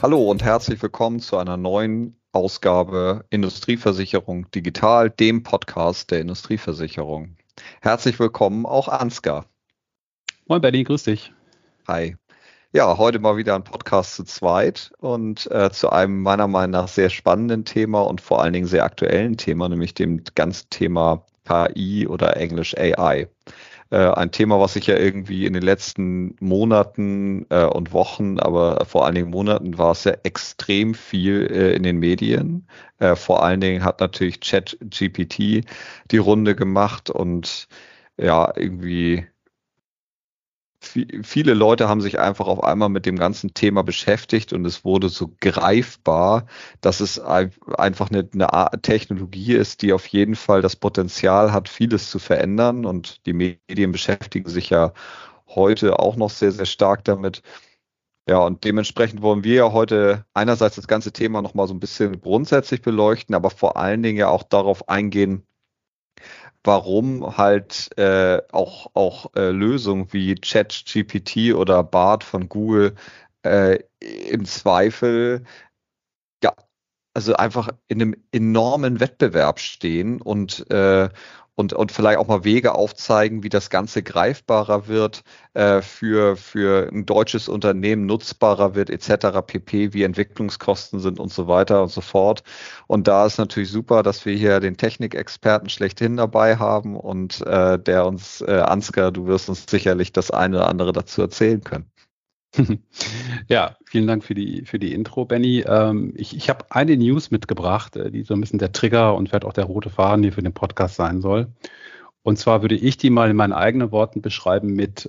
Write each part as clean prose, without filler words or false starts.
Hallo und herzlich willkommen zu einer neuen Ausgabe Industrieversicherung Digital, dem Podcast der Industrieversicherung. Herzlich willkommen auch Ansgar. Moin Benni, grüß dich. Hi. Ja, heute mal wieder ein Podcast zu zweit und zu einem meiner Meinung nach sehr spannenden Thema und vor allen Dingen sehr aktuellen Thema, nämlich dem ganzen Thema KI oder Englisch AI. Ein Thema, was sich ja irgendwie in den letzten Monaten und Wochen, aber vor allen Dingen Monaten war es ja extrem viel in den Medien. Vor allen Dingen hat natürlich ChatGPT die Runde gemacht und ja, irgendwie viele Leute haben sich einfach auf einmal mit dem ganzen Thema beschäftigt und es wurde so greifbar, dass es einfach eine Art Technologie ist, die auf jeden Fall das Potenzial hat, vieles zu verändern. Und die Medien beschäftigen sich ja heute auch noch sehr, sehr stark damit. Ja, und dementsprechend wollen wir ja heute einerseits das ganze Thema nochmal so ein bisschen grundsätzlich beleuchten, aber vor allen Dingen ja auch darauf eingehen, warum halt auch Lösungen wie ChatGPT oder Bard von Google im Zweifel ja also einfach in einem enormen Wettbewerb stehen und vielleicht auch mal Wege aufzeigen, wie das Ganze greifbarer wird, für ein deutsches Unternehmen nutzbarer wird, etc. pp., wie Entwicklungskosten sind und so weiter und so fort. Und da ist natürlich super, dass wir hier den Technikexperten schlechthin dabei haben und der uns, Ansgar, du wirst uns sicherlich das eine oder andere dazu erzählen können. Ja, vielen Dank für die Intro, Benni. Ich habe eine News mitgebracht, die so ein bisschen der Trigger und vielleicht auch der rote Faden hier für den Podcast sein soll. Und zwar würde ich die mal in meinen eigenen Worten beschreiben mit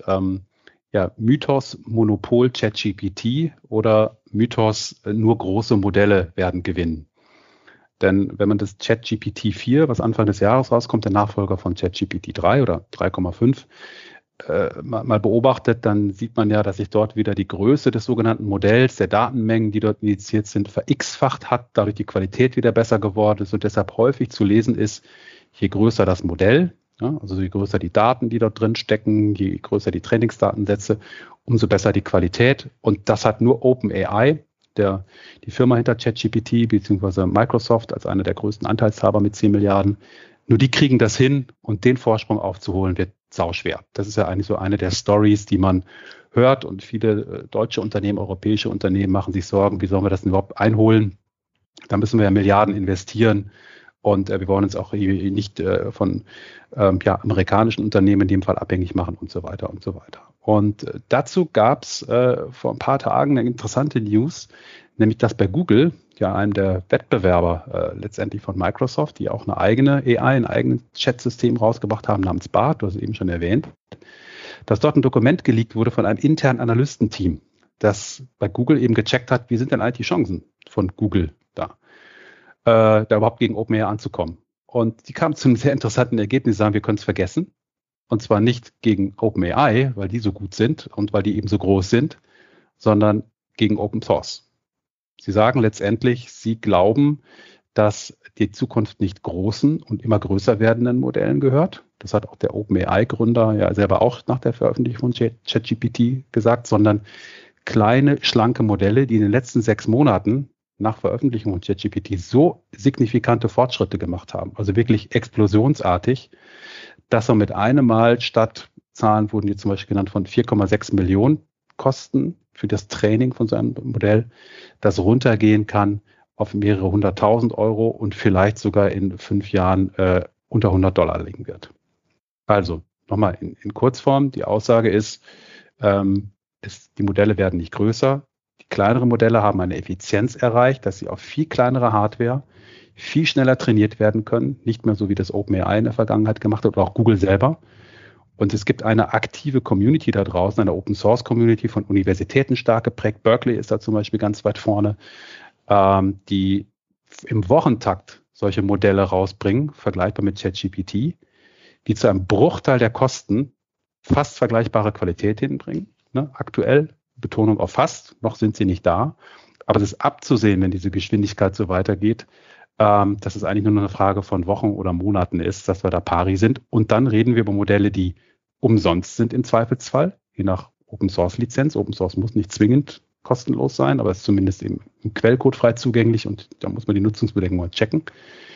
Mythos Monopol ChatGPT oder Mythos nur große Modelle werden gewinnen. Denn wenn man das ChatGPT 4, was Anfang des Jahres rauskommt, der Nachfolger von ChatGPT 3 oder 3,5, mal beobachtet, dann sieht man ja, dass sich dort wieder die Größe des sogenannten Modells, der Datenmengen, die dort injiziert sind, ver-x-facht hat, dadurch die Qualität wieder besser geworden ist und deshalb häufig zu lesen ist, je größer das Modell, ja, also je größer die Daten, die dort drin stecken, je größer die Trainingsdatensätze, umso besser die Qualität. Und das hat nur OpenAI, die Firma hinter ChatGPT, beziehungsweise Microsoft als einer der größten Anteilshaber mit 10 Milliarden. Nur die kriegen das hin und den Vorsprung aufzuholen wird sauschwer. Das ist ja eigentlich so eine der Stories, die man hört und viele deutsche Unternehmen, europäische Unternehmen machen sich Sorgen, wie sollen wir das denn überhaupt einholen? Da müssen wir ja Milliarden investieren und wir wollen uns auch nicht von amerikanischen Unternehmen in dem Fall abhängig machen und so weiter und so weiter. Und dazu gab es vor ein paar Tagen eine interessante News, nämlich dass bei Google, ja einem der Wettbewerber letztendlich von Microsoft, die auch eine eigene AI, ein eigenes Chat-System rausgebracht haben namens Bard, du hast es eben schon erwähnt, dass dort ein Dokument geleakt wurde von einem internen Analystenteam, das bei Google eben gecheckt hat, wie sind denn eigentlich die Chancen von Google da überhaupt gegen OpenAI anzukommen. Und die kamen zu einem sehr interessanten Ergebnis, sagen, wir können es vergessen. Und zwar nicht gegen OpenAI, weil die so gut sind und weil die eben so groß sind, sondern gegen Open Source. Sie sagen letztendlich, sie glauben, dass die Zukunft nicht großen und immer größer werdenden Modellen gehört. Das hat auch der OpenAI-Gründer ja selber auch nach der Veröffentlichung von ChatGPT gesagt, sondern kleine, schlanke Modelle, die in den letzten 6 Monaten nach Veröffentlichung von ChatGPT so signifikante Fortschritte gemacht haben, also wirklich explosionsartig, dass er mit einem Mal statt Zahlen wurden hier zum Beispiel genannt von 4,6 Millionen Kosten für das Training von so einem Modell, das runtergehen kann auf mehrere 100.000 Euro und vielleicht sogar in 5 Jahren unter $100 liegen wird. Also nochmal in Kurzform, die Aussage ist, die Modelle werden nicht größer. Die kleineren Modelle haben eine Effizienz erreicht, dass sie auf viel kleinere Hardware viel schneller trainiert werden können. Nicht mehr so, wie das OpenAI in der Vergangenheit gemacht hat oder auch Google selber. Und es gibt eine aktive Community da draußen, eine Open-Source-Community von Universitäten stark geprägt. Berkeley ist da zum Beispiel ganz weit vorne, die im Wochentakt solche Modelle rausbringen, vergleichbar mit ChatGPT, die zu einem Bruchteil der Kosten fast vergleichbare Qualität hinbringen. Ne? Aktuell Betonung auf fast, noch sind sie nicht da. Aber es ist abzusehen, wenn diese Geschwindigkeit so weitergeht, dass es eigentlich nur eine Frage von Wochen oder Monaten ist, dass wir da pari sind. Und dann reden wir über Modelle, die umsonst sind im Zweifelsfall, je nach Open-Source-Lizenz. Open Source muss nicht zwingend kostenlos sein, aber es ist zumindest eben im Quellcode frei zugänglich und da muss man die Nutzungsbedingungen checken.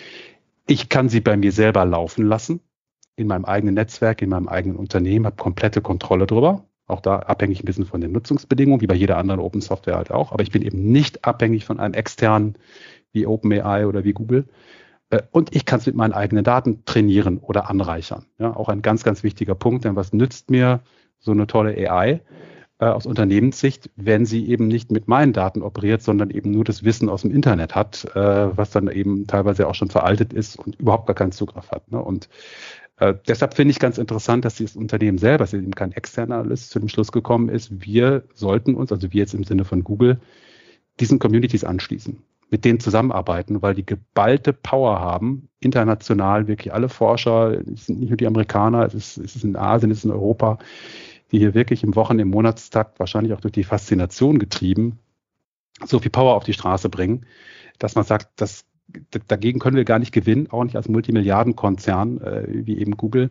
Ich kann sie bei mir selber laufen lassen, in meinem eigenen Netzwerk, in meinem eigenen Unternehmen, habe komplette Kontrolle drüber. Auch da abhängig ein bisschen von den Nutzungsbedingungen, wie bei jeder anderen Open Software halt auch. Aber ich bin eben nicht abhängig von einem externen wie OpenAI oder wie Google. Und ich kann es mit meinen eigenen Daten trainieren oder anreichern. Ja, auch ein ganz, ganz wichtiger Punkt, denn was nützt mir so eine tolle AI aus Unternehmenssicht, wenn sie eben nicht mit meinen Daten operiert, sondern eben nur das Wissen aus dem Internet hat, was dann eben teilweise auch schon veraltet ist und überhaupt gar keinen Zugriff hat. Ne? Und deshalb finde ich ganz interessant, dass das Unternehmen selber, es ist eben kein externer Analyst, zu dem Schluss gekommen ist, wir sollten uns, also wir jetzt im Sinne von Google, diesen Communities anschließen, mit denen zusammenarbeiten, weil die geballte Power haben, international wirklich alle Forscher, es sind nicht nur die Amerikaner, es ist in Asien, es ist in Europa, die hier wirklich im im Monatstakt, wahrscheinlich auch durch die Faszination getrieben, so viel Power auf die Straße bringen, dass man sagt, dagegen können wir gar nicht gewinnen, auch nicht als Multimilliardenkonzern wie eben Google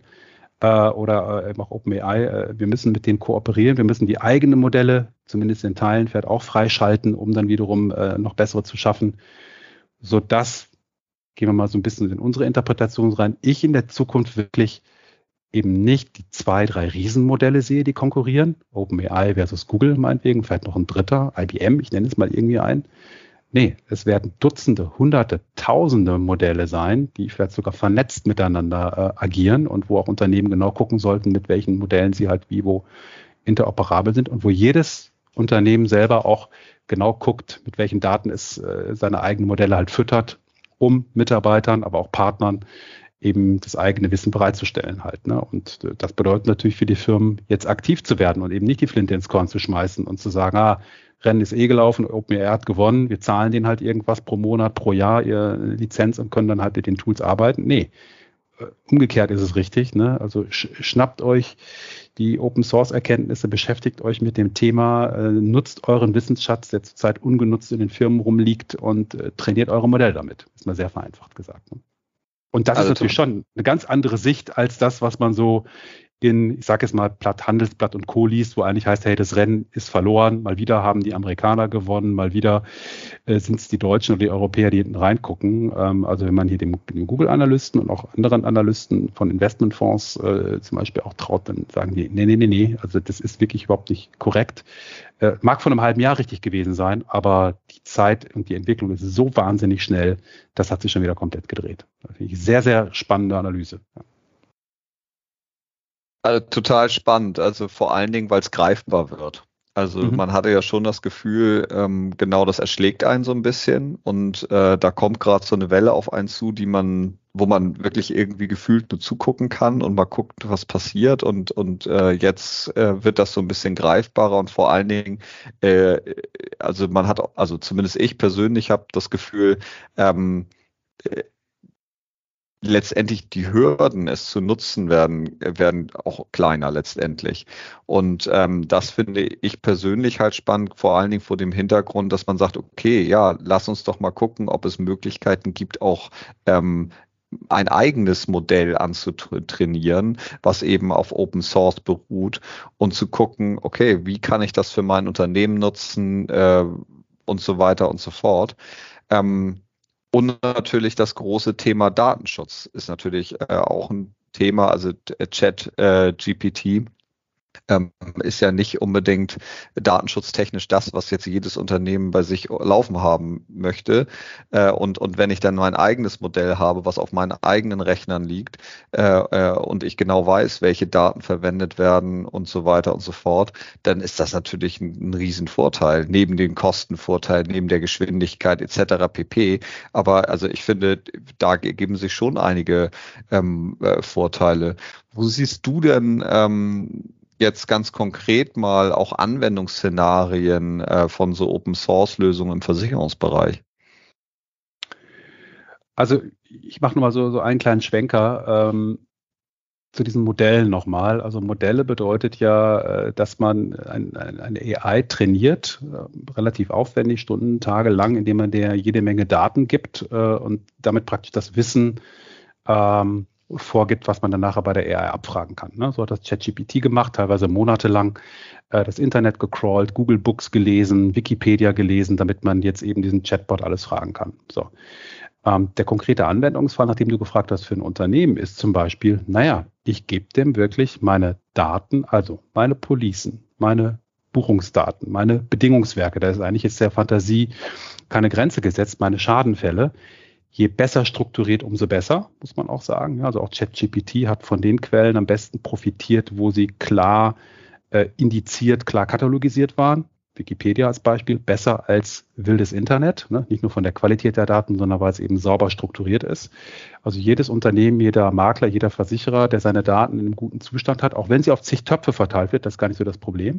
oder eben auch OpenAI. Wir müssen mit denen kooperieren, wir müssen die eigenen Modelle, zumindest in Teilen, vielleicht auch freischalten, um dann wiederum noch bessere zu schaffen, sodass, gehen wir mal so ein bisschen in unsere Interpretation rein, ich in der Zukunft wirklich eben nicht die 2, 3 Riesenmodelle sehe, die konkurrieren, OpenAI versus Google meinetwegen, vielleicht noch ein dritter, IBM, ich nenne es mal irgendwie ein. Nee, es werden Dutzende, Hunderte, Tausende Modelle sein, die vielleicht sogar vernetzt miteinander agieren und wo auch Unternehmen genau gucken sollten, mit welchen Modellen sie halt wie wo interoperabel sind und wo jedes Unternehmen selber auch genau guckt, mit welchen Daten es seine eigenen Modelle halt füttert, um Mitarbeitern, aber auch Partnern eben das eigene Wissen bereitzustellen halt. Ne? Und das bedeutet natürlich für die Firmen, jetzt aktiv zu werden und eben nicht die Flinte ins Korn zu schmeißen und zu sagen, Rennen ist gelaufen, OpenAI hat gewonnen, wir zahlen denen halt irgendwas pro Monat, pro Jahr ihre Lizenz und können dann halt mit den Tools arbeiten. Nee, umgekehrt ist es richtig. Ne? Also schnappt euch die Open-Source-Erkenntnisse, beschäftigt euch mit dem Thema, nutzt euren Wissensschatz, der zurzeit ungenutzt in den Firmen rumliegt und trainiert eure Modelle damit. Ist mal sehr vereinfacht gesagt. Ne? Und das ist natürlich schon eine ganz andere Sicht als das, was man so in, ich sage jetzt mal, Handelsblatt und Co. liest, wo eigentlich heißt, hey, das Rennen ist verloren, mal wieder haben die Amerikaner gewonnen, mal wieder sind es die Deutschen oder die Europäer, die hinten reingucken. Also wenn man hier dem Google-Analysten und auch anderen Analysten von Investmentfonds zum Beispiel auch traut, dann sagen die, nee, also das ist wirklich überhaupt nicht korrekt. Mag vor einem halben Jahr richtig gewesen sein, aber die Zeit und die Entwicklung ist so wahnsinnig schnell, das hat sich schon wieder komplett gedreht. Das finde ich sehr, sehr spannende Analyse. Ja. Also total spannend, also vor allen Dingen, weil es greifbar wird. Also man hatte ja schon das Gefühl, genau das erschlägt einen so ein bisschen und da kommt gerade so eine Welle auf einen zu, wo man wirklich irgendwie gefühlt nur zugucken kann und mal guckt, was passiert und jetzt wird das so ein bisschen greifbarer und vor allen Dingen, also zumindest ich persönlich habe das Gefühl, letztendlich die Hürden, es zu nutzen, werden auch kleiner letztendlich. Und das finde ich persönlich halt spannend, vor allen Dingen vor dem Hintergrund, dass man sagt, okay, ja, lass uns doch mal gucken, ob es Möglichkeiten gibt, auch ein eigenes Modell anzutrainieren, was eben auf Open Source beruht und zu gucken, okay, wie kann ich das für mein Unternehmen nutzen und so weiter und so fort. Und natürlich das große Thema Datenschutz ist natürlich auch ein Thema, also ChatGPT ist ja nicht unbedingt datenschutztechnisch das, was jetzt jedes Unternehmen bei sich laufen haben möchte. Und wenn ich dann mein eigenes Modell habe, was auf meinen eigenen Rechnern liegt und ich genau weiß, welche Daten verwendet werden und so weiter und so fort, dann ist das natürlich ein Riesenvorteil, neben den Kostenvorteil, neben der Geschwindigkeit etc. pp. Aber also ich finde, da geben sich schon einige Vorteile. Wo siehst du denn jetzt ganz konkret mal auch Anwendungsszenarien von so Open-Source-Lösungen im Versicherungsbereich? Also ich mache nochmal so einen kleinen Schwenker zu diesen Modellen nochmal. Also Modelle bedeutet ja, dass man eine AI trainiert, relativ aufwendig, Stunden, Tage lang, indem man der jede Menge Daten gibt und damit praktisch das Wissen vorgibt, was man dann nachher bei der AI abfragen kann. Ne? So hat das ChatGPT gemacht, teilweise monatelang das Internet gecrawlt, Google Books gelesen, Wikipedia gelesen, damit man jetzt eben diesen Chatbot alles fragen kann. So. Der konkrete Anwendungsfall, nachdem du gefragt hast, für ein Unternehmen ist zum Beispiel, ich gebe dem wirklich meine Daten, also meine Policen, meine Buchungsdaten, meine Bedingungswerke, da ist eigentlich jetzt der Fantasie keine Grenze gesetzt, meine Schadenfälle. Je besser strukturiert, umso besser, muss man auch sagen. Also auch ChatGPT hat von den Quellen am besten profitiert, wo sie klar indiziert, klar katalogisiert waren. Wikipedia als Beispiel, besser als wildes Internet, ne? Nicht nur von der Qualität der Daten, sondern weil es eben sauber strukturiert ist. Also jedes Unternehmen, jeder Makler, jeder Versicherer, der seine Daten in einem guten Zustand hat, auch wenn sie auf zig Töpfe verteilt wird, das ist gar nicht so das Problem,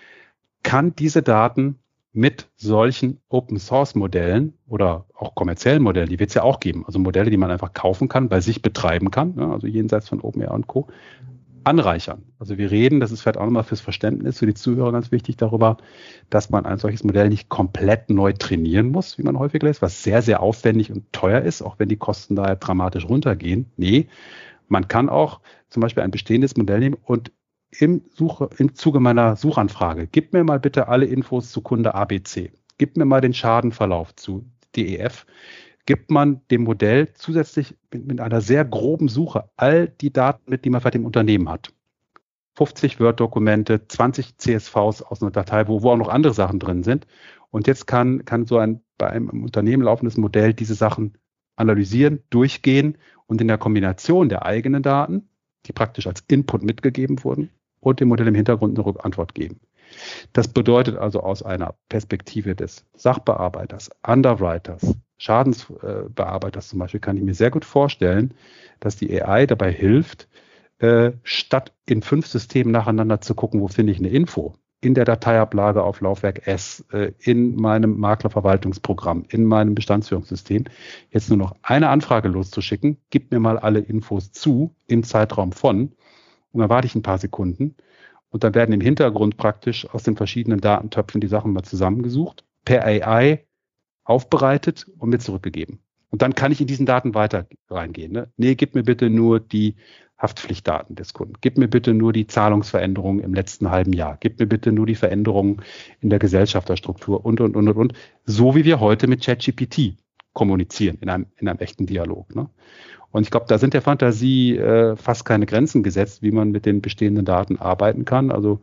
kann diese Daten mit solchen Open-Source-Modellen oder auch kommerziellen Modellen, die wird es ja auch geben, also Modelle, die man einfach kaufen kann, bei sich betreiben kann, ne? Also jenseits von OpenAI und Co., anreichern. Also wir reden, das ist vielleicht auch nochmal fürs Verständnis, für die Zuhörer ganz wichtig darüber, dass man ein solches Modell nicht komplett neu trainieren muss, wie man häufig lässt, was sehr, sehr aufwendig und teuer ist, auch wenn die Kosten daher dramatisch runtergehen. Nee, man kann auch zum Beispiel ein bestehendes Modell nehmen und im Zuge meiner Suchanfrage, gib mir mal bitte alle Infos zu Kunde ABC, gib mir mal den Schadenverlauf zu DEF, gibt man dem Modell zusätzlich mit einer sehr groben Suche all die Daten mit, die man bei dem Unternehmen hat. 50 Word-Dokumente, 20 CSVs aus einer Datei, wo auch noch andere Sachen drin sind. Und jetzt kann so bei einem Unternehmen laufendes Modell diese Sachen analysieren, durchgehen und in der Kombination der eigenen Daten, die praktisch als Input mitgegeben wurden, und dem Modell im Hintergrund eine Rückantwort geben. Das bedeutet also aus einer Perspektive des Sachbearbeiters, Underwriters, Schadensbearbeiters zum Beispiel, kann ich mir sehr gut vorstellen, dass die AI dabei hilft, statt in 5 Systemen nacheinander zu gucken, wo finde ich eine Info, in der Dateiablage auf Laufwerk S, in meinem Maklerverwaltungsprogramm, in meinem Bestandsführungssystem, jetzt nur noch eine Anfrage loszuschicken, gib mir mal alle Infos zu im Zeitraum von, und dann warte ich ein paar Sekunden und dann werden im Hintergrund praktisch aus den verschiedenen Datentöpfen die Sachen mal zusammengesucht, per AI aufbereitet und mir zurückgegeben. Und dann kann ich in diesen Daten weiter reingehen. Ne? Nee, gib mir bitte nur die Haftpflichtdaten des Kunden. Gib mir bitte nur die Zahlungsveränderungen im letzten halben Jahr. Gib mir bitte nur die Veränderungen in der Gesellschafterstruktur und. So wie wir heute mit ChatGPT kommunizieren in einem echten Dialog. Ne? Und ich glaube, da sind der Fantasie fast keine Grenzen gesetzt, wie man mit den bestehenden Daten arbeiten kann. Also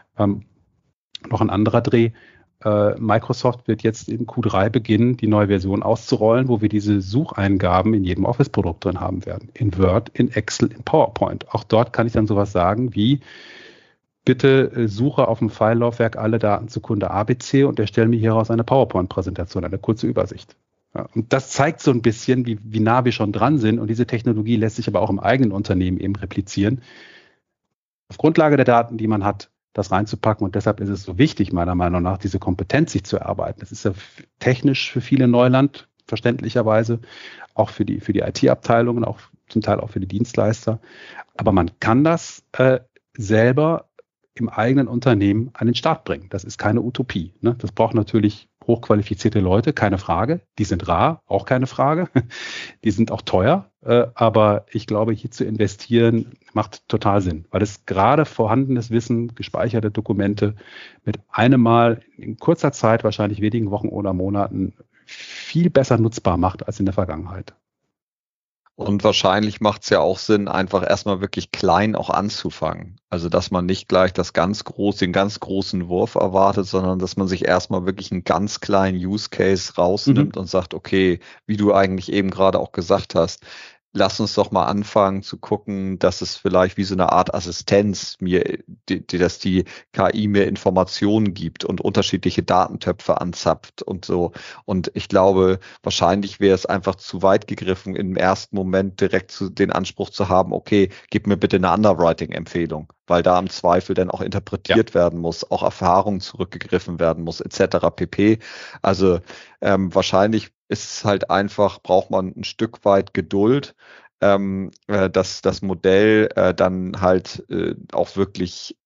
noch ein anderer Dreh. Microsoft wird jetzt in Q3 beginnen, die neue Version auszurollen, wo wir diese Sucheingaben in jedem Office-Produkt drin haben werden. In Word, in Excel, in PowerPoint. Auch dort kann ich dann sowas sagen wie, bitte suche auf dem File-Laufwerk alle Daten zu Kunde ABC und erstelle mir hieraus eine PowerPoint-Präsentation, eine kurze Übersicht. Ja, und das zeigt so ein bisschen, wie nah wir schon dran sind. Und diese Technologie lässt sich aber auch im eigenen Unternehmen eben replizieren. Auf Grundlage der Daten, die man hat, das reinzupacken. Und deshalb ist es so wichtig, meiner Meinung nach, diese Kompetenz sich zu erarbeiten. Das ist ja technisch für viele Neuland, verständlicherweise, auch für die IT-Abteilungen, auch zum Teil auch für die Dienstleister. Aber man kann das selber im eigenen Unternehmen an den Start bringen. Das ist keine Utopie. Ne? Das braucht natürlich hochqualifizierte Leute, keine Frage. Die sind rar, auch keine Frage. Die sind auch teuer. Aber ich glaube, hier zu investieren macht total Sinn, weil es gerade vorhandenes Wissen, gespeicherte Dokumente mit einem Mal in kurzer Zeit, wahrscheinlich wenigen Wochen oder Monaten, viel besser nutzbar macht als in der Vergangenheit. Und wahrscheinlich macht es ja auch Sinn, einfach erstmal wirklich klein auch anzufangen. Also dass man nicht gleich den ganz großen Wurf erwartet, sondern dass man sich erstmal wirklich einen ganz kleinen Use Case rausnimmt und sagt, okay, wie du eigentlich eben gerade auch gesagt hast, lass uns doch mal anfangen zu gucken, dass es vielleicht wie so eine Art Assistenz dass die KI mir Informationen gibt und unterschiedliche Datentöpfe anzapft und so. Und ich glaube, wahrscheinlich wäre es einfach zu weit gegriffen, im ersten Moment direkt den Anspruch zu haben, okay, gib mir bitte eine Underwriting-Empfehlung, weil da im Zweifel dann auch interpretiert werden muss, auch Erfahrung zurückgegriffen werden muss, etc. pp. Also wahrscheinlich ist es halt einfach, braucht man ein Stück weit Geduld, dass das Modell dann halt auch wirklich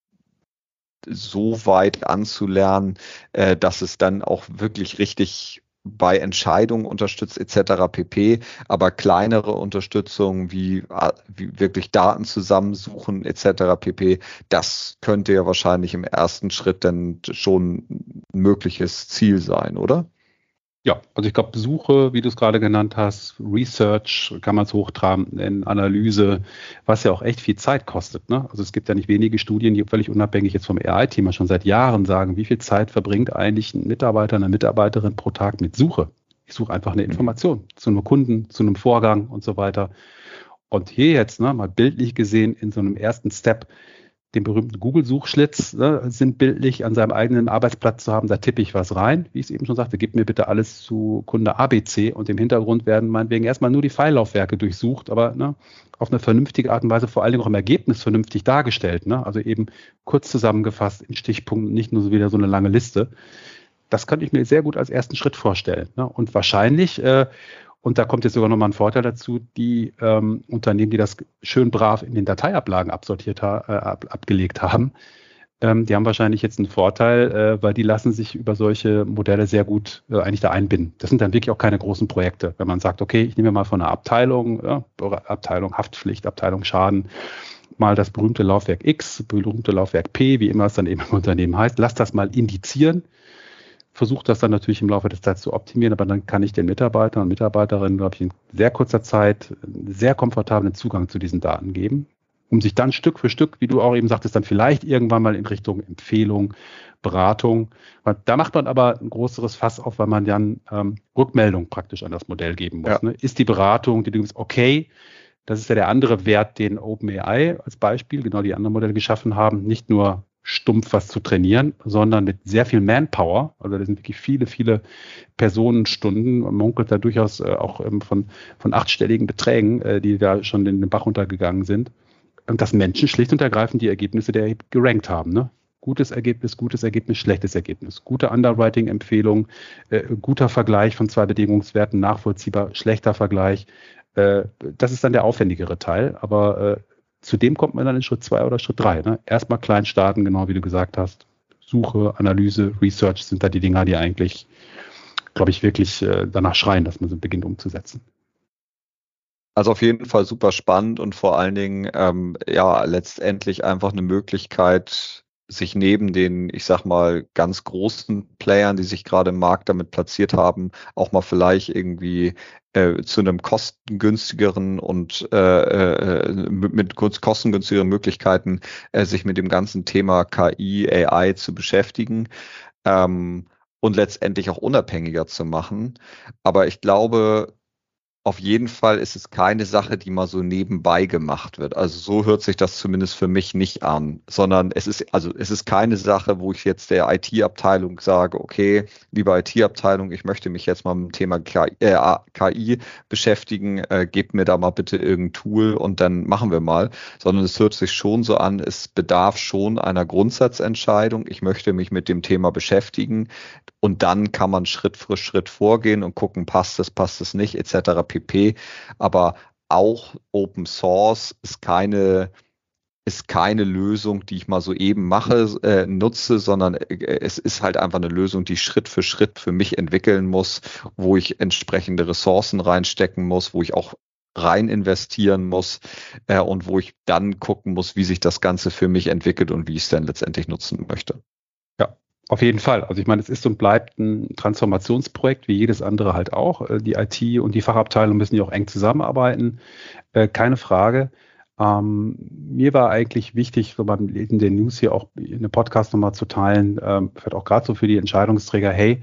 so weit anzulernen, dass es dann auch wirklich richtig bei Entscheidungen unterstützt etc. pp. Aber kleinere Unterstützung wie wirklich Daten zusammensuchen etc. pp. Das könnte ja wahrscheinlich im ersten Schritt dann schon ein mögliches Ziel sein, oder? Ja, also ich glaube, Suche, wie du es gerade genannt hast, Research kann man es hochtragen, in Analyse, was ja auch echt viel Zeit kostet. Ne? Also es gibt ja nicht wenige Studien, die völlig unabhängig jetzt vom AI-Thema schon seit Jahren sagen, wie viel Zeit verbringt eigentlich ein Mitarbeiter, eine Mitarbeiterin pro Tag mit Suche. Ich suche einfach eine Information zu einem Kunden, zu einem Vorgang und so weiter. Und hier jetzt, ne, mal bildlich gesehen, in so einem ersten Step, den berühmten Google-Suchschlitz sinnbildlich an seinem eigenen Arbeitsplatz zu haben, da tippe ich was rein, wie ich es eben schon sagte, gib mir bitte alles zu Kunde ABC und im Hintergrund werden meinetwegen erstmal nur die Pfeillaufwerke durchsucht, aber auf eine vernünftige Art und Weise vor allen Dingen auch im Ergebnis vernünftig dargestellt. Ne? Also eben kurz zusammengefasst in Stichpunkten, nicht nur so wieder so eine lange Liste. Das könnte ich mir sehr gut als ersten Schritt vorstellen. Ne? Und wahrscheinlich und da kommt jetzt sogar nochmal ein Vorteil dazu, die Unternehmen, die das schön brav in den Dateiablagen abgelegt haben, die haben wahrscheinlich jetzt einen Vorteil, weil die lassen sich über solche Modelle sehr gut eigentlich da einbinden. Das sind dann wirklich auch keine großen Projekte. Wenn man sagt, okay, ich nehme mal von einer Abteilung, Abteilung Haftpflicht, Abteilung Schaden, mal das berühmte Laufwerk X, berühmte Laufwerk P, wie immer es dann eben im Unternehmen heißt, lass das mal indizieren. Versuche das dann natürlich im Laufe des Zeit zu optimieren, aber dann kann ich den Mitarbeitern und Mitarbeiterinnen, glaube ich, in sehr kurzer Zeit einen sehr komfortablen Zugang zu diesen Daten geben, um sich dann Stück für Stück, wie du auch eben sagtest, dann vielleicht irgendwann mal in Richtung Empfehlung, Beratung. Da macht man aber ein größeres Fass auf, weil man dann Rückmeldung praktisch an das Modell geben muss. Ja. Ne? Ist die Beratung, die du gibst, okay, das ist ja der andere Wert, den OpenAI als Beispiel, genau die anderen Modelle geschaffen haben, nicht nur stumpf was zu trainieren, sondern mit sehr viel Manpower. Also das sind wirklich viele, viele Personenstunden. Man munkelt da durchaus auch von 8-stelligen Beträgen, die da schon in den Bach runtergegangen sind. Und dass Menschen schlicht und ergreifend die Ergebnisse der gerankt haben. Ne? Gutes Ergebnis, schlechtes Ergebnis. Gute Underwriting-Empfehlung, guter Vergleich von 2 Bedingungswerten, nachvollziehbar, schlechter Vergleich. Das ist dann der aufwendigere Teil, aber zudem kommt man dann in Schritt 2 oder Schritt 3. Ne? Erstmal klein starten, genau wie du gesagt hast. Suche, Analyse, Research sind da die Dinger, die eigentlich, glaube ich, wirklich danach schreien, dass man sie beginnt umzusetzen. Also auf jeden Fall super spannend und vor allen Dingen letztendlich einfach eine Möglichkeit, sich neben den, ich sag mal, ganz großen Playern, die sich gerade im Markt damit platziert haben, auch mal vielleicht irgendwie zu einem kostengünstigeren und mit kostengünstigeren Möglichkeiten sich mit dem ganzen Thema KI, AI zu beschäftigen und letztendlich auch unabhängiger zu machen. Aber ich glaube, auf jeden Fall ist es keine Sache, die mal so nebenbei gemacht wird. Also so hört sich das zumindest für mich nicht an, sondern es ist keine Sache, wo ich jetzt der IT-Abteilung sage, okay, liebe IT-Abteilung, ich möchte mich jetzt mal mit dem Thema KI beschäftigen, gebt mir da mal bitte irgendein Tool und dann machen wir mal, sondern es hört sich schon so an, es bedarf schon einer Grundsatzentscheidung. Ich möchte mich mit dem Thema beschäftigen und dann kann man Schritt für Schritt vorgehen und gucken, passt es nicht, etc. pp. Aber auch Open Source ist keine Lösung, die ich mal so eben nutze, sondern es ist halt einfach eine Lösung, die ich Schritt für Schritt für mich entwickeln muss, wo ich entsprechende Ressourcen reinstecken muss, wo ich auch rein investieren muss und wo ich dann gucken muss, wie sich das Ganze für mich entwickelt und wie ich es dann letztendlich nutzen möchte. Ja. Auf jeden Fall. Also ich meine, es ist und bleibt ein Transformationsprojekt, wie jedes andere halt auch. Die IT und die Fachabteilung müssen ja auch eng zusammenarbeiten. Keine Frage. Mir war eigentlich wichtig, so beim Lesen der News hier auch in dem Podcast nochmal zu teilen, vielleicht auch gerade so für die Entscheidungsträger, hey,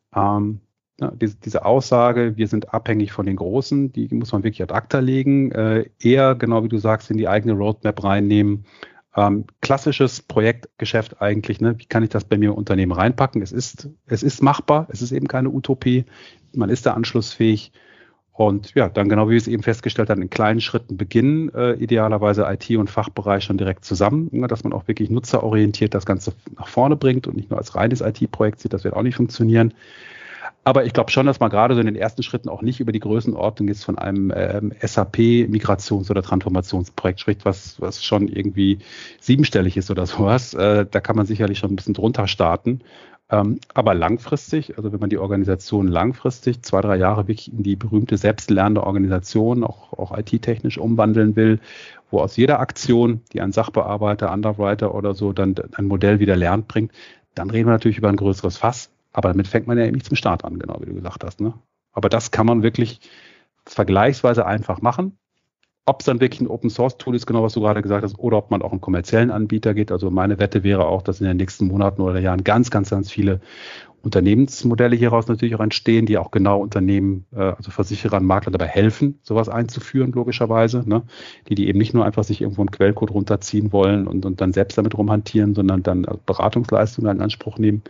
diese Aussage, wir sind abhängig von den Großen, die muss man wirklich ad acta legen, eher, genau wie du sagst, in die eigene Roadmap reinnehmen. Klassisches Projektgeschäft eigentlich, ne? Wie kann ich das bei mir im Unternehmen reinpacken? Es ist machbar, es ist eben keine Utopie, man ist da anschlussfähig und ja, dann genau wie wir es eben festgestellt haben, in kleinen Schritten beginnen, idealerweise IT und Fachbereich schon direkt zusammen, ne? Dass man auch wirklich nutzerorientiert das Ganze nach vorne bringt und nicht nur als reines IT-Projekt sieht, das wird auch nicht funktionieren. Aber ich glaube schon, dass man gerade so in den ersten Schritten auch nicht über die Größenordnung jetzt von einem SAP-Migrations- oder Transformationsprojekt spricht, was schon irgendwie siebenstellig ist oder sowas. Da kann man sicherlich schon ein bisschen drunter starten. Aber langfristig, also wenn man die Organisation langfristig 2, 3 Jahre wirklich in die berühmte selbstlernende Organisation, auch IT-technisch umwandeln will, wo aus jeder Aktion, die ein Sachbearbeiter, Underwriter oder so dann ein Modell wieder lernt bringt, dann reden wir natürlich über ein größeres Fass. Aber damit fängt man ja eben nicht zum Start an, genau wie du gesagt hast. Ne? Aber das kann man wirklich vergleichsweise einfach machen. Ob es dann wirklich ein Open-Source-Tool ist, genau was du gerade gesagt hast, oder ob man auch einen kommerziellen Anbieter geht. Also meine Wette wäre auch, dass in den nächsten Monaten oder Jahren ganz, ganz, ganz viele Unternehmensmodelle hieraus natürlich auch entstehen, die auch genau Unternehmen, also Versicherern, Maklern dabei helfen, sowas einzuführen, logischerweise. Ne? Die eben nicht nur einfach sich irgendwo einen Quellcode runterziehen wollen und dann selbst damit rumhantieren, sondern dann Beratungsleistungen in Anspruch nehmen.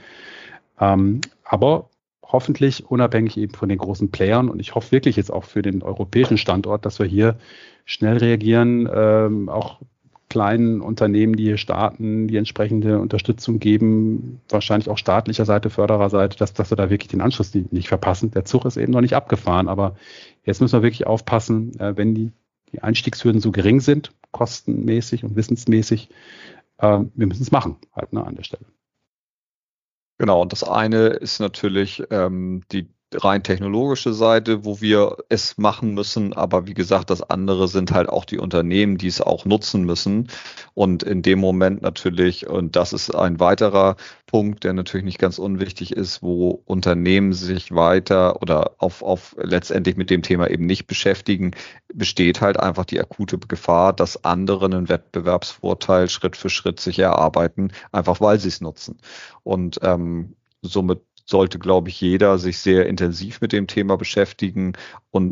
Aber hoffentlich unabhängig eben von den großen Playern. Und ich hoffe wirklich jetzt auch für den europäischen Standort, dass wir hier schnell reagieren, auch kleinen Unternehmen, die hier starten, die entsprechende Unterstützung geben, wahrscheinlich auch staatlicher Seite, Fördererseite, dass wir da wirklich den Anschluss nicht verpassen. Der Zug ist eben noch nicht abgefahren, aber jetzt müssen wir wirklich aufpassen, wenn die Einstiegshürden so gering sind, kostenmäßig und wissensmäßig, wir müssen es machen, halt, ne, an der Stelle. Genau, und das eine ist natürlich die rein technologische Seite, wo wir es machen müssen, aber wie gesagt, das andere sind halt auch die Unternehmen, die es auch nutzen müssen. Und in dem Moment natürlich, und das ist ein weiterer Punkt, der natürlich nicht ganz unwichtig ist, wo Unternehmen sich weiter oder auf letztendlich mit dem Thema eben nicht beschäftigen, besteht halt einfach die akute Gefahr, dass andere einen Wettbewerbsvorteil Schritt für Schritt sich erarbeiten, einfach weil sie es nutzen. Und somit sollte, glaube ich, jeder sich sehr intensiv mit dem Thema beschäftigen und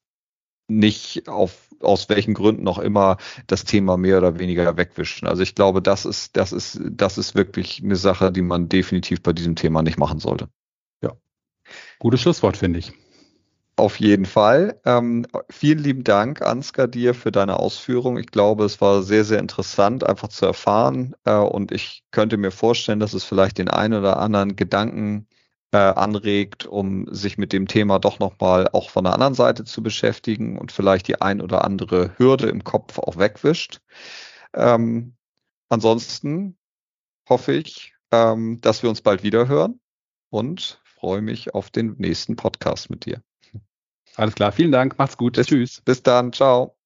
nicht aus welchen Gründen auch immer das Thema mehr oder weniger wegwischen. Also ich glaube, das ist wirklich eine Sache, die man definitiv bei diesem Thema nicht machen sollte. Ja, gutes Schlusswort, finde ich. Auf jeden Fall. Vielen lieben Dank, Ansgar, dir für deine Ausführung. Ich glaube, es war sehr, sehr interessant, einfach zu erfahren. Und ich könnte mir vorstellen, dass es vielleicht den einen oder anderen Gedanken anregt, um sich mit dem Thema doch nochmal auch von der anderen Seite zu beschäftigen und vielleicht die ein oder andere Hürde im Kopf auch wegwischt. Ansonsten hoffe ich, dass wir uns bald wieder hören und freue mich auf den nächsten Podcast mit dir. Alles klar, vielen Dank, macht's gut, tschüss. Bis dann, ciao.